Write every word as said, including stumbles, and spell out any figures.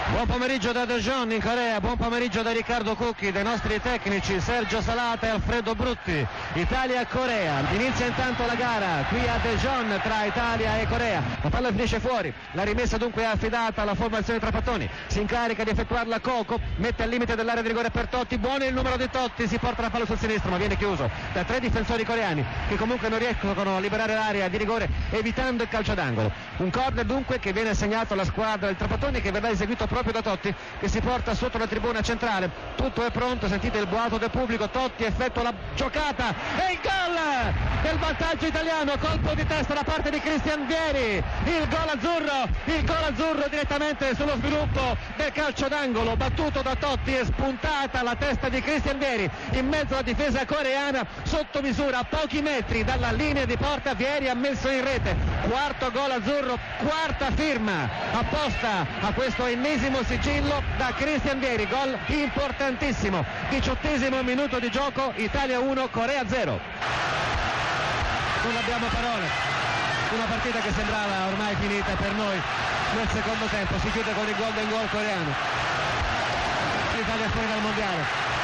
Buon pomeriggio da Daejeon in Corea, buon pomeriggio da Riccardo Cucchi, dai nostri tecnici Sergio Salata e Alfredo Brutti. Italia-Corea, inizia intanto la gara qui a Daejeon tra Italia e Corea, la palla finisce fuori, la rimessa dunque è affidata alla formazione Trapattoni, si incarica di effettuarla Coco, mette al limite dell'area di rigore per Totti, buono il numero di Totti, si porta la palla sul sinistro ma viene chiuso da tre difensori coreani che comunque non riescono a liberare l'area di rigore evitando il calcio d'angolo. Un corner dunque che viene assegnato alla squadra del Trapattoni, che verrà eseguito proprio da Totti, che si porta sotto la tribuna centrale. Tutto è pronto, sentite il boato del pubblico. Totti effettua la giocata e il gol del vantaggio italiano, colpo di testa da parte di Christian Vieri, il gol azzurro, il gol azzurro direttamente sullo sviluppo del calcio d'angolo battuto da Totti, è spuntata la testa di Christian Vieri in mezzo alla difesa coreana, sotto misura a pochi metri dalla linea di porta. Vieri ha messo in rete, quarto gol azzurro, quarta firma apposta a questo ennesimo sigillo da Christian Vieri, gol importantissimo. Diciottesimo minuto di gioco, Italia uno, Corea zero. Non abbiamo parole, una partita che sembrava ormai finita per noi nel secondo tempo, si chiude con il golden goal coreano. L'Italia è fuori dal mondiale.